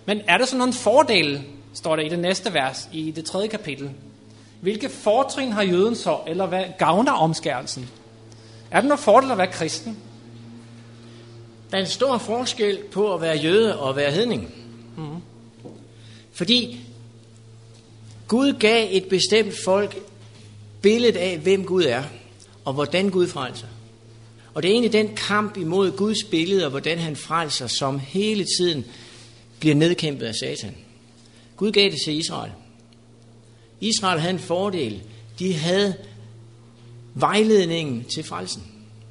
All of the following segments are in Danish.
Men er der så nogle fordele, står der i det næste vers, i det 3. kapitel? Hvilke fortrin har jøden så, eller hvad gavner omskærelsen? Er der noget fordel at være kristen? Der er en stor forskel på at være jøde og at være hedning. Fordi Gud gav et bestemt folk billedet af, hvem Gud er, og hvordan Gud frelser. Og det er egentlig den kamp imod Guds billede, og hvordan han frelser, som hele tiden bliver nedkæmpet af Satan. Gud gav det til Israel. Israel havde en fordel. De havde vejledningen til frelsen.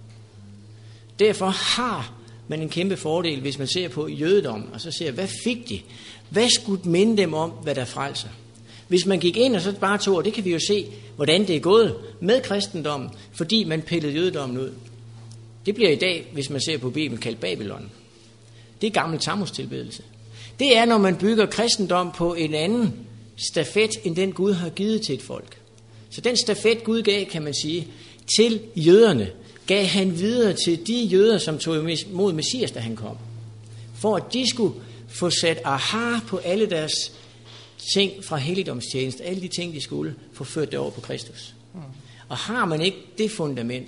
Derfor har man en kæmpe fordel, hvis man ser på jødedommen, og så ser, hvad fik de? Hvad skulle minde dem om, hvad der frelser? Hvis man gik ind og så bare tog, og det kan vi jo se, hvordan det er gået med kristendommen, fordi man pillede jødedommen ud. Det bliver i dag, hvis man ser på Bibelen, kaldt Babylon. Det er gammel Tammuz-tilbedelse. Det er, når man bygger kristendom på en anden stafet, end den Gud har givet til et folk. Så den stafet Gud gav, kan man sige, til jøderne, gav han videre til de jøder, som tog imod Messias, da han kom. For at de skulle få sat aha på alle deres ting fra helligdomstjeneste, alle de ting, de skulle få ført det over på Kristus. Og har man ikke det fundament,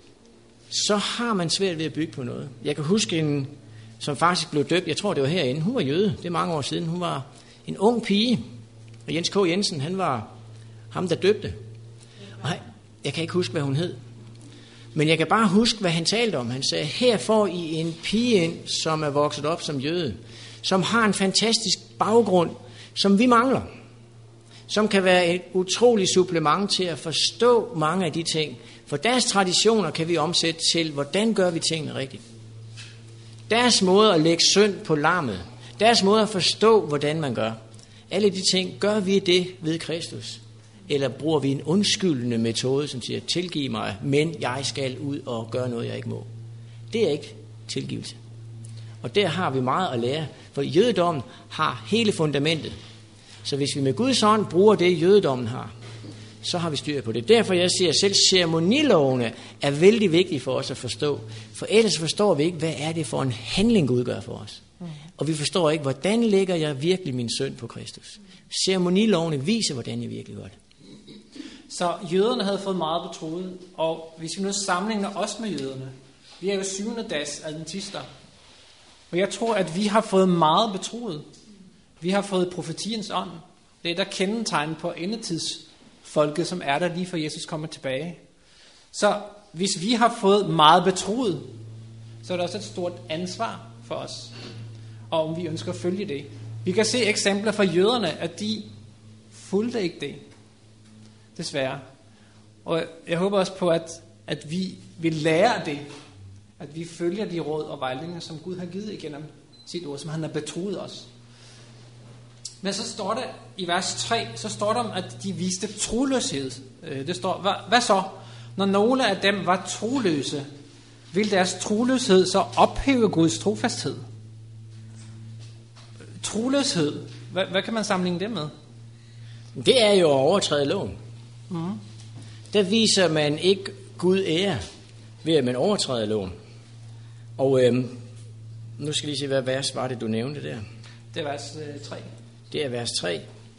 så har man svært ved at bygge på noget. Jeg kan huske en, som faktisk blev døbt, jeg tror det var herinde, hun var jøde, det er mange år siden, hun var en ung pige, og Jens K. Jensen, han var ham, der døbte. Og jeg kan ikke huske, hvad hun hed. Men jeg kan bare huske, hvad han talte om. Han sagde, her får I en pige ind, som er vokset op som jøde, som har en fantastisk baggrund, som vi mangler. Som kan være et utroligt supplement til at forstå mange af de ting. For deres traditioner kan vi omsætte til, hvordan gør vi tingene rigtigt. Deres måde at lægge synd på lammet. Deres måde at forstå, hvordan man gør. Alle de ting, gør vi det ved Kristus? Eller bruger vi en undskyldende metode, som siger, tilgiv mig, men jeg skal ud og gøre noget, jeg ikke må. Det er ikke tilgivelse. Og der har vi meget at lære, for jødedommen har hele fundamentet. Så hvis vi med Guds ånd bruger det, jødedommen har, så har vi styr på det. Derfor jeg siger, at selv ceremonilovene er vældig vigtige for os at forstå. For ellers forstår vi ikke, hvad er det for en handling, Gud gør for os. Og vi forstår ikke, hvordan lægger jeg virkelig min synd på Kristus. Ceremonilovene viser, hvordan jeg virkelig gør det. Så jøderne havde fået meget betroet, og hvis vi nu sammenligner os med jøderne, vi er jo 7. dags adventister, og jeg tror, at vi har fået meget betroet. Vi har fået profetiens ånd. Det er der kendetegn på endetidsfolket, som er der lige før Jesus kommer tilbage. Så hvis vi har fået meget betroet, så er der også et stort ansvar for os, og om vi ønsker at følge det. Vi kan se eksempler fra jøderne, at de fulgte ikke det. Desværre. Og jeg håber også på, at vi vil lære det. At vi følger de råd og vejledninger, som Gud har givet igennem sit ord, som han har betroet os. Men så står der i vers 3, så står der om, at de viste troløshed. Det står, hvad så? Når nogle af dem var troløse, vil deres troløshed så ophæve Guds trofasthed? Troløshed, hvad kan man sammenligne det med? Det er jo at overtræde loven. Der viser man ikke Gud ære, ved at man overtræder loven. Og nu skal jeg lige se, hvad vers var det, du nævnte der? Det er vers 3. Det er vers 3.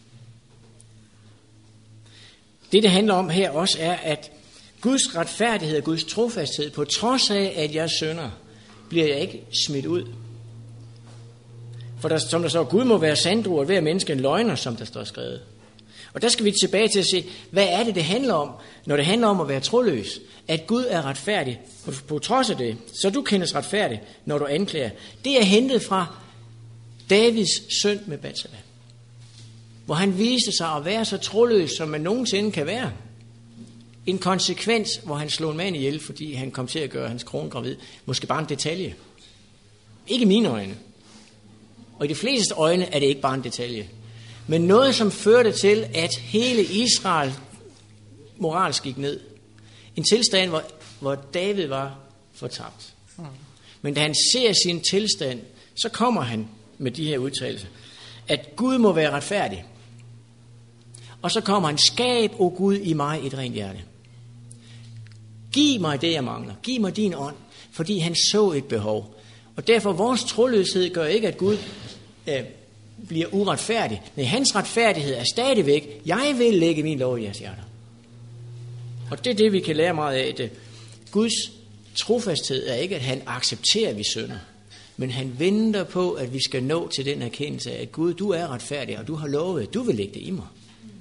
Det handler om her også er, at Guds retfærdighed og Guds trofasthed, på trods af, at jeg synder, bliver jeg ikke smidt ud. For der, som der står, Gud må være sandro, og hver menneske en løgner, som der står skrevet. Og der skal vi tilbage til at se, hvad er det handler om, når det handler om at være troløs. At Gud er retfærdig, på trods af det, så du kendes retfærdig, når du anklager. Det er hentet fra Davids søn med Batseba, hvor han viste sig at være så troløs, som man nogensinde kan være. En konsekvens, hvor han slog en mand ihjel, fordi han kom til at gøre hans kone gravid. Måske bare en detalje. Ikke i mine øjne. Og i de fleste øjne er det ikke bare en detalje. Men noget, som førte til, at hele Israel moralsk gik ned. En tilstand, hvor David var fortabt. Men da han ser sin tilstand, så kommer han med de her udtalelser. At Gud må være retfærdig. Og så kommer han, skab, o Gud, i mig et rent hjerte. Giv mig det, jeg mangler. Giv mig din ånd. Fordi han så et behov. Og derfor vores troløshed gør ikke, at Gud bliver uretfærdig. Nej, hans retfærdighed er stadigvæk, jeg vil lægge min lov i jeres hjerter. Og det er det, vi kan lære meget af. Det. Guds trofasthed er ikke, at han accepterer, at vi synder, men han venter på, at vi skal nå til den erkendelse af, at Gud, du er retfærdig, og du har lovet, at du vil lægge det i mig.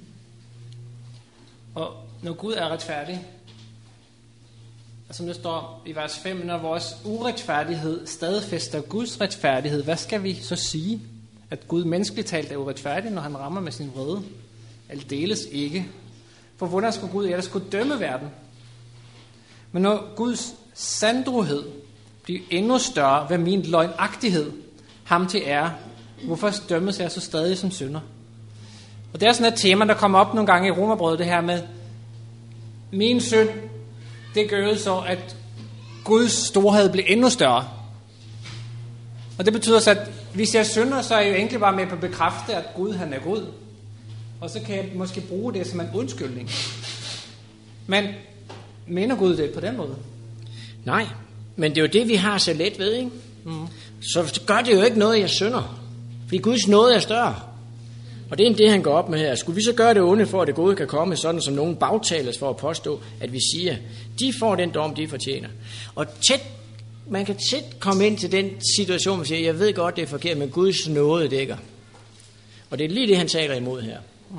Og når Gud er retfærdig, som det står i vers 5, når vores uretfærdighed stadfæster Guds retfærdighed, hvad skal vi så sige? At Gud menneskeligt talt er uretfærdig, når han rammer med sin vrede? Aldeles ikke. For hvordan skulle Gud ellers kunne dømme verden? Men når Guds sandrohed bliver endnu større ved min løgnagtighed, ham til ære, hvorfor dømmes jeg så stadig som synder? Og det er sådan et tema, der kommer op nogle gange i Romerbrevet, det her med, min synd, det gør jo så, at Guds storhed bliver endnu større. Og det betyder så, at hvis jeg synder, så er jeg jo egentlig bare med på at bekræfte, at Gud han er god. Og så kan jeg måske bruge det som en undskyldning. Men mener Gud det på den måde? Nej, men det er jo det, vi har så let ved, ikke? Så gør det jo ikke noget, jeg synder. Fordi Guds nåde er større. Og det er det, han går op med her. Skulle vi så gøre det onde, for at det gode kan komme, sådan som nogen bagtales for at påstå, at vi siger, de får den dom, de fortjener. Og man kan tæt komme ind til den situation, hvor man siger, jeg ved godt, det er forkert, men Guds nåde dækker. Og det er lige det, han taler imod her.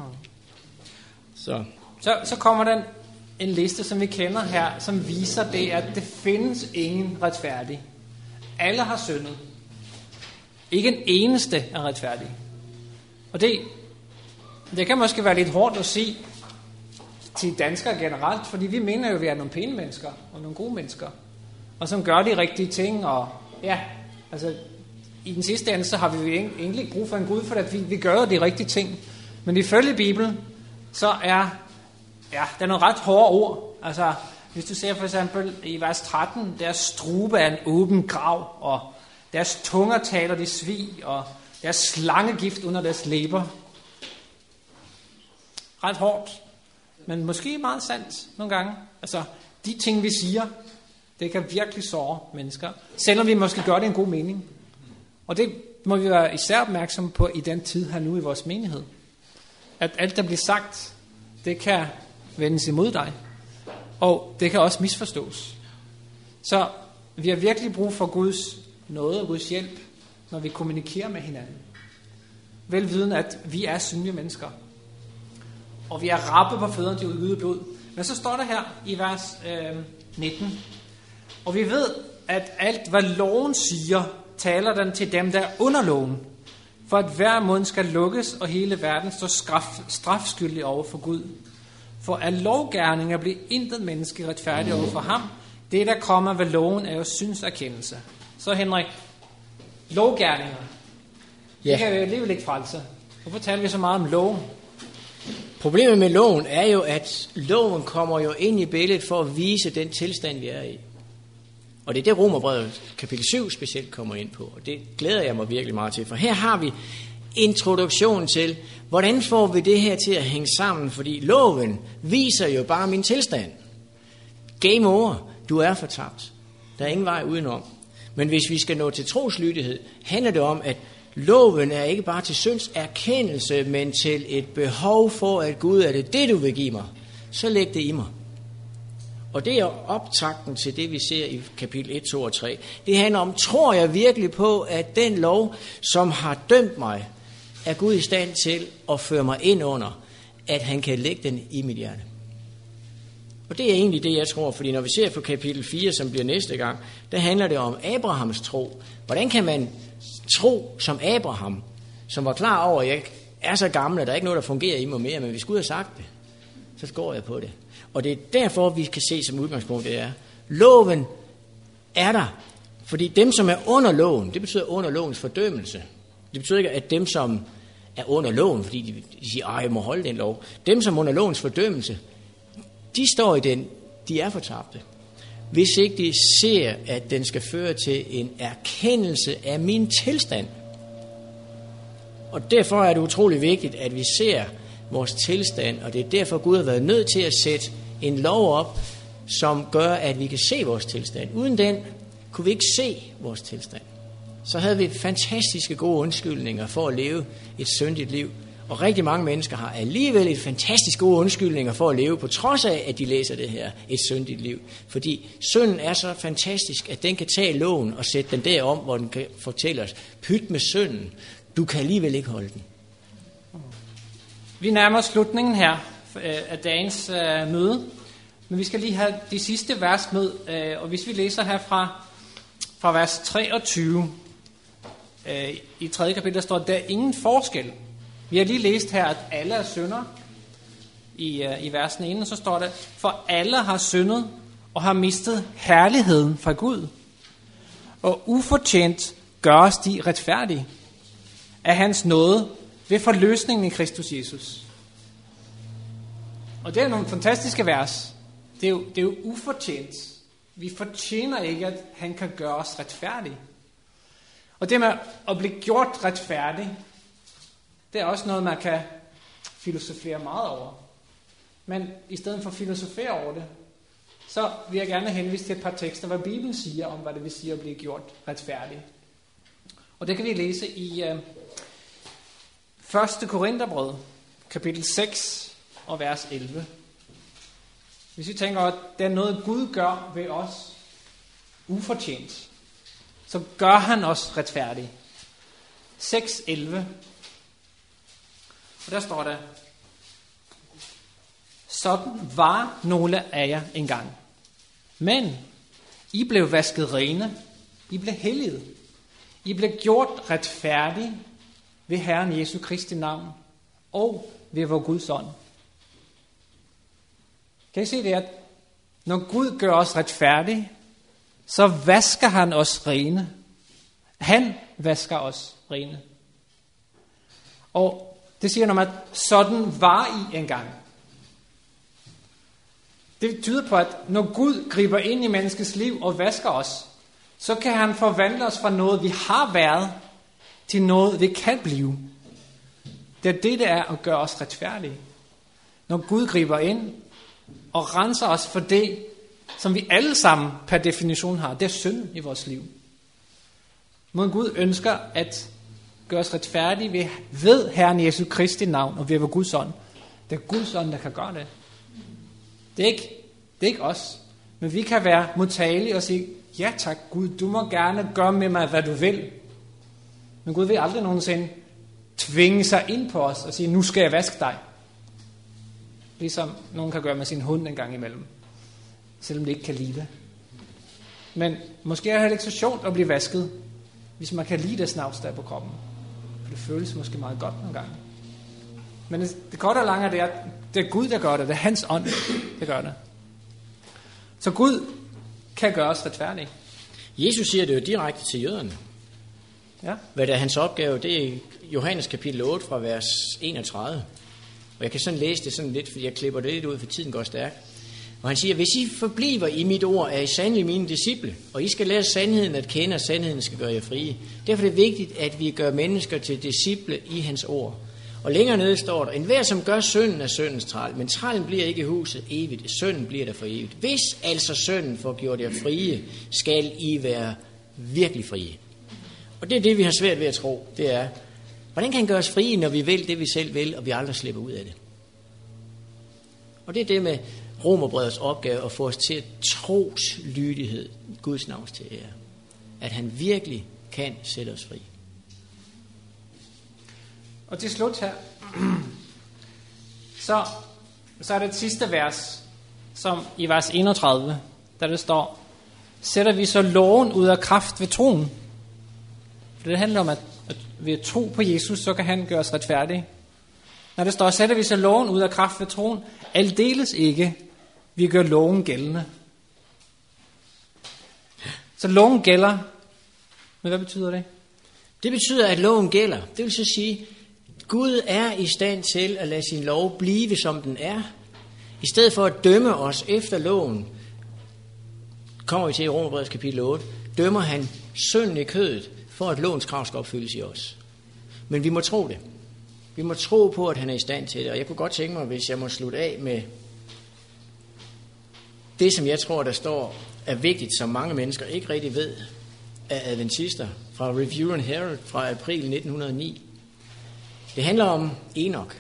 Så kommer der en liste, som vi kender her, som viser det, at det findes ingen retfærdig. Alle har syndet. Ikke en eneste er retfærdig. Og det kan måske være lidt hårdt at sige til danskere generelt, fordi vi mener jo, at vi er nogle pæne mennesker og nogle gode mennesker, og som gør de rigtige ting, og ja, altså i den sidste ende, så har vi jo egentlig ikke brug for en Gud, for at vi gør de rigtige ting. Men ifølge Bibelen, så er der nogle ret hårde ord. Altså, hvis du ser for eksempel i vers 13, deres strube er en åben grav, og deres tunger taler de svig, og deres slangegift under deres læber. Ret hårdt, men måske meget sandt nogle gange. Altså, de ting vi siger, det kan virkelig såre mennesker, selvom vi måske gør det en god mening. Og det må vi være især opmærksomme på i den tid her nu i vores menighed. At alt, der bliver sagt, det kan vendes imod dig. Og det kan også misforstås. Så vi har virkelig brug for Guds nåde og Guds hjælp, når vi kommunikerer med hinanden. Velviden, at vi er syndige mennesker. Og vi er rappe på fødderne til udgyde blod. Men så står der her i vers 19. Og vi ved, at alt, hvad loven siger, taler den til dem, der er under loven. For at hver mund skal lukkes, og hele verden står strafskyldig over for Gud. For af lovgerninger bliver intet menneske retfærdig over for ham. Det, der kommer ved loven, er jo synserkendelse. Så Henrik, lovgerninger. Ja. Det kan jo alligevel ikke frelse. Hvorfor taler vi så meget om loven? Problemet med loven er jo, at loven kommer jo ind i billedet for at vise den tilstand, vi er i. Og det er det, Romerbrevet kapitel 7 specielt kommer ind på. Og det glæder jeg mig virkelig meget til. For her har vi introduktion til, hvordan får vi det her til at hænge sammen? Fordi loven viser jo bare min tilstand. Game over. Du er fortabt. Der er ingen vej udenom. Men hvis vi skal nå til troslydighed, handler det om, at loven er ikke bare til synds erkendelse, men til et behov for, at Gud er det du vil give mig. Så læg det i mig. Og det er optakten til det, vi ser i kapitel 1, 2 og 3. Det handler om, tror jeg virkelig på, at den lov, som har dømt mig, er Gud i stand til at føre mig ind under, at han kan lægge den i mit hjerte. Og det er egentlig det, jeg tror, fordi når vi ser på kapitel 4, som bliver næste gang, der handler det om Abrahams tro. Hvordan kan man tro som Abraham, som var klar over, at jeg er så gammel, at der er ikke noget, der fungerer i mig mere, men hvis Gud har sagt det, så går jeg på det. Og det er derfor, vi kan se som udgangspunkt, det er, loven er der, fordi dem, som er under loven, det betyder under lovens fordømmelse. Det betyder ikke, at dem, som er under loven, fordi de siger, jeg må holde den lov. Dem, som er under lovens fordømmelse, de står i den, de er fortabte. Hvis ikke de ser, at den skal føre til en erkendelse af min tilstand. Og derfor er det utrolig vigtigt, at vi ser vores tilstand, og det er derfor, Gud har været nødt til at sætte en lov op, som gør, at vi kan se vores tilstand. Uden den kunne vi ikke se vores tilstand. så havde vi fantastiske gode undskyldninger for at leve et syndigt liv. Og rigtig mange mennesker har alligevel et fantastisk gode undskyldninger for at leve, på trods af, at de læser det her, et syndigt liv. Fordi synden er så fantastisk, at den kan tage loven og sætte den derom, hvor den kan fortælle os, pyt med synden, du kan alligevel ikke holde den. Vi nærmer os slutningen her af dagens møde, men vi skal lige have de sidste vers med, og hvis vi læser her fra vers 23 i 3. kapitel, der står, der er ingen forskel. Vi har lige læst her, at alle er syndere i versen 1, og så står der, for alle har syndet og har mistet herligheden fra Gud, og ufortjent gøres de retfærdige af hans nåde ved forløsningen i Kristus Jesus. Og det er nogle fantastiske vers. Det er jo ufortjent. Vi fortjener ikke, at han kan gøre os retfærdige. Og det med at blive gjort retfærdig, det er også noget, man kan filosofere meget over. Men i stedet for at filosofere over det, så vil jeg gerne henvise til et par tekster, hvad Bibelen siger om, hvad det vil sige at blive gjort retfærdig. Og det kan vi læse i 1. Korintherbrev, kapitel 6 og vers 11. Hvis vi tænker, at det er noget, Gud gør ved os ufortjent, så gør han os retfærdige. 6:11. Og der står der, sådan var nogle af jer engang. Men I blev vasket rene, I blev helliget, I blev gjort retfærdige ved Herren Jesu Kristi navn og ved vor Guds ånd. Kan I se det, at når Gud gør os retfærdige, så vasker han os rene. Han vasker os rene. Og det siger noget om, at sådan var I engang. Det tyder på, at når Gud griber ind i menneskets liv og vasker os, så kan han forvandle os fra noget, vi har været, til noget, vi kan blive. Det er det er at gøre os retfærdige. Når Gud griber ind og renser os for det, som vi alle sammen per definition har, det er synd i vores liv. Men Gud ønsker at gøre os retfærdige ved Herren Jesu Kristi navn og ved vor Guds ånd. Det er Guds ånd, der kan gøre det. Det er ikke os. Men vi kan være modtagelige og sige, ja tak Gud, du må gerne gøre med mig, hvad du vil. Men Gud vil aldrig nogensinde tvinge sig ind på os og sige, nu skal jeg vaske dig. Ligesom nogen kan gøre med sin hund en gang imellem. Selvom de ikke kan lide det. Men måske er det heller ikke så sjovt at blive vasket, hvis man kan lide det snavs der på kroppen. For det føles måske meget godt nogle gange. Men det korte og lange er, at det er Gud, der gør det. Det er hans ånd, der gør det. Så Gud kan gøre os retfærdige. Jesus siger det jo direkte til jøderne. Ja. Hvad der er hans opgave, det er Johannes kapitel 8 fra vers 31. Og jeg kan sådan læse det sådan lidt, fordi jeg klipper det lidt ud, for tiden går stærkt. Og han siger, hvis I forbliver i mit ord, er I sandelig mine disciple, og I skal lære sandheden at kende, og sandheden skal gøre jer frie. Derfor er det vigtigt, at vi gør mennesker til disciple i hans ord. Og længere nede står der, enhver som gør synden er syndens træl, men trælen bliver ikke i huset evigt, synden bliver der for evigt. Hvis altså synden får gjort jer frie, skal I være virkelig frie. Og det er det, vi har svært ved at tro, det er, hvordan kan han gøre os frie, når vi vil det, vi selv vil, og vi aldrig slipper ud af det? Og det er det med Romerbrevets opgave, at få os til at troslydighed, Guds navns til ære. At han virkelig kan sætte os fri. Og til slut her, så er det sidste vers, som i vers 31, der det står, sætter vi så loven ud af kraft ved troen. For det handler om, at ved at tro på Jesus, så kan han gøre os retfærdige. Når det står, sætter vi så loven ud af kraft ved troen, aldeles ikke, vi gør loven gældende. Så loven gælder, men hvad betyder det? Det betyder, at loven gælder. Det vil så sige, Gud er i stand til at lade sin lov blive, som den er. I stedet for at dømme os efter loven, kommer vi til i Romerbrevets kapitel 8, dømmer han synden i kødet, for at lovens krav skal opfyldes i os. Men vi må tro det. Vi må tro på, at han er i stand til det. Og jeg kunne godt tænke mig, hvis jeg må slutte af med det, som jeg tror, der står er vigtigt, som mange mennesker ikke rigtig ved af adventister, fra Review and Herald fra april 1909. Det handler om Enok.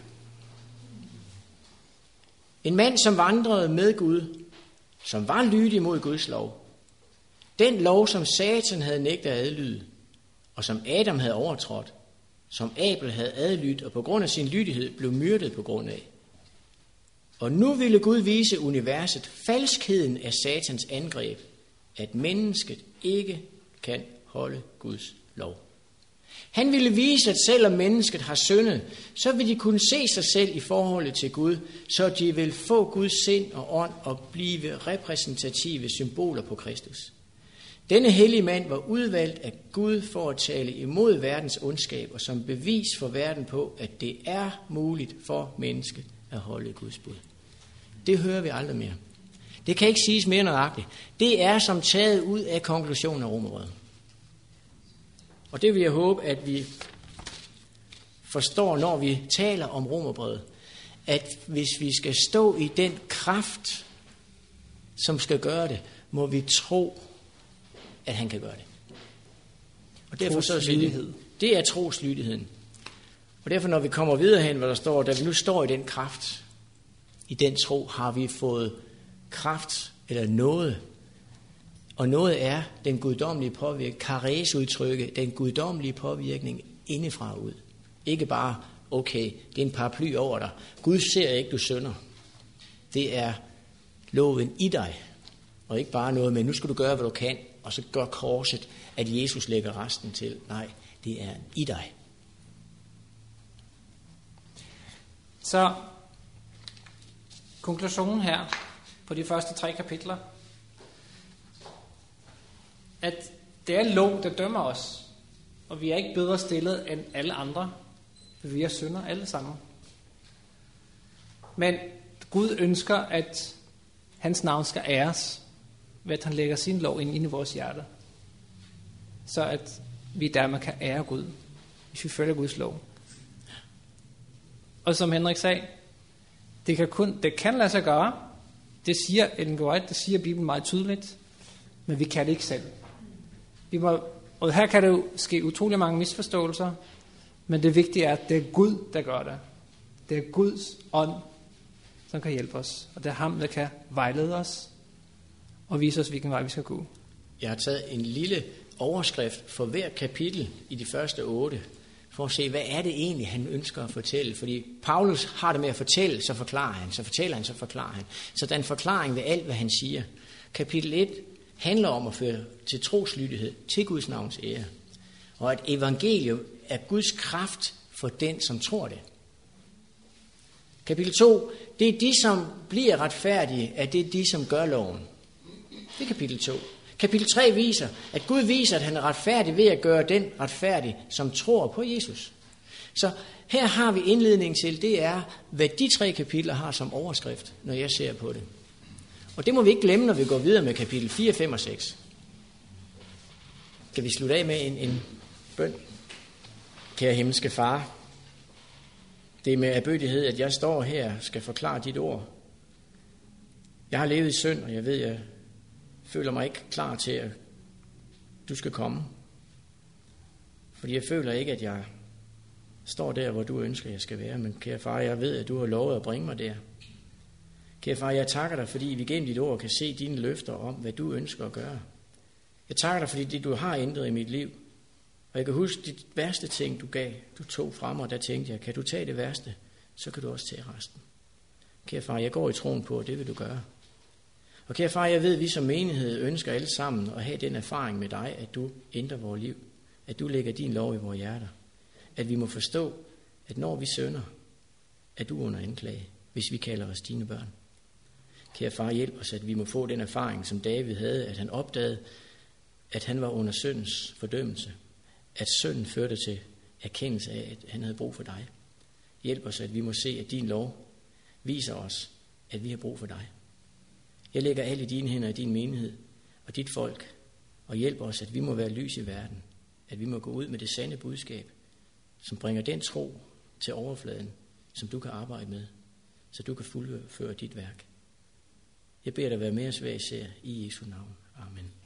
En mand, som vandrede med Gud, som var lydig mod Guds lov. Den lov, som Satan havde nægtet at adlyde, og som Adam havde overtrådt, som Abel havde adlydt, og på grund af sin lydighed blev myrdet på grund af. Og nu ville Gud vise universet falskheden af Satans angreb, at mennesket ikke kan holde Guds lov. Han ville vise, at selvom mennesket har syndet, så vil de kunne se sig selv i forholdet til Gud, så de vil få Guds sind og ånd og blive repræsentative symboler på Kristus. Denne hellige mand var udvalgt af Gud for at tale imod verdens ondskab og som bevis for verden på, at det er muligt for mennesket at holde Guds bud. Det hører vi aldrig mere. Det kan ikke siges mere nøjagtigt. Det er som taget ud af konklusionen af Romerbrevet. Og det vil jeg håbe, at vi forstår, når vi taler om Romerbrevet, at hvis vi skal stå i den kraft, som skal gøre det, må vi tro, at han kan gøre det. Og derfor så det er troslydigheden. Og derfor når vi kommer videre hen, hvor der står, da vi nu står i den kraft, i den tro, har vi fået kraft eller noget. Og noget er den guddommelige påvirkning, karesudtrykket, den guddommelige påvirkning indefra og ud. Ikke bare, okay, det er en paraply over dig. Gud ser ikke, du synder. Det er loven i dig. Og ikke bare noget med, nu skal du gøre, hvad du kan, og så gør korset, at Jesus lægger resten til. Nej, det er i dig. Så konklusionen her på de første 3 kapitler, at det er lov, der dømmer os, og vi er ikke bedre stillet end alle andre, for vi er synder alle sammen. Men Gud ønsker, at hans navn skal æres, ved at han lægger sin lov ind i vores hjerte, så at vi dermed kan ære Gud, hvis vi følger Guds lov. Og som Henrik sagde, det kan lade sig gøre. Det siger Ellen G. White, det siger Bibelen meget tydeligt, men vi kan det ikke selv. Og her kan det jo ske utrolig mange misforståelser, men det vigtige er, at det er Gud, der gør det. Det er Guds ånd, som kan hjælpe os, og det er ham, der kan vejlede os og vise os, hvilken vej vi skal gå. Jeg har taget en lille overskrift for hver kapitel i de første 8, for at se, hvad er det egentlig, han ønsker at fortælle. Fordi Paulus har det med at fortælle, så forklarer han, så fortæller han, så forklarer han. Så der er en forklaring ved alt, hvad han siger. Kapitel 1 handler om at føre til troslydighed, til Guds navns ære. Og at evangelium er Guds kraft for den, som tror det. Kapitel 2, det er de, som bliver retfærdige, at det er de, som gør loven. Det er kapitel 2. Kapitel 3 viser, at Gud viser, at han er retfærdig ved at gøre den retfærdig, som tror på Jesus. Så her har vi indledning til, det er, hvad de 3 kapitler har som overskrift, når jeg ser på det. Og det må vi ikke glemme, når vi går videre med kapitel 4, 5 og 6. Kan vi slutte af med en bøn? Kære himmelske far, det er med ærbødighed, at jeg står her og skal forklare dit ord. Jeg har levet i synd, og jeg ved, jeg føler mig ikke klar til, at du skal komme. Fordi jeg føler ikke, at jeg står der, hvor du ønsker, jeg skal være. Men kære far, jeg ved, at du har lovet at bringe mig der. Kære far, jeg takker dig, fordi vi gennem dit ord kan se dine løfter om, hvad du ønsker at gøre. Jeg takker dig, fordi det, du har ændret i mit liv. Og jeg kan huske de værste ting, du gav. Du tog frem, og der tænkte jeg, kan du tage det værste, så kan du også tage resten. Kære far, jeg går i troen på, at det vil du gøre. Og kære far, jeg ved, at vi som menighed ønsker alle sammen at have den erfaring med dig, at du ændrer vores liv. At du lægger din lov i vores hjerter. At vi må forstå, at når vi synder, er du under anklage, hvis vi kalder os dine børn. Kære far, hjælp os, at vi må få den erfaring, som David havde, at han opdagede, at han var under syndens fordømmelse. At synden førte til erkendelse af, at han havde brug for dig. Hjælp os, at vi må se, at din lov viser os, at vi har brug for dig. Jeg lægger alle i dine hænder i din menighed og dit folk, og hjælp os, at vi må være lys i verden. At vi må gå ud med det sande budskab, som bringer den tro til overfladen, som du kan arbejde med, så du kan fuldføre dit værk. Jeg beder dig være med os hver især i Jesu navn. Amen.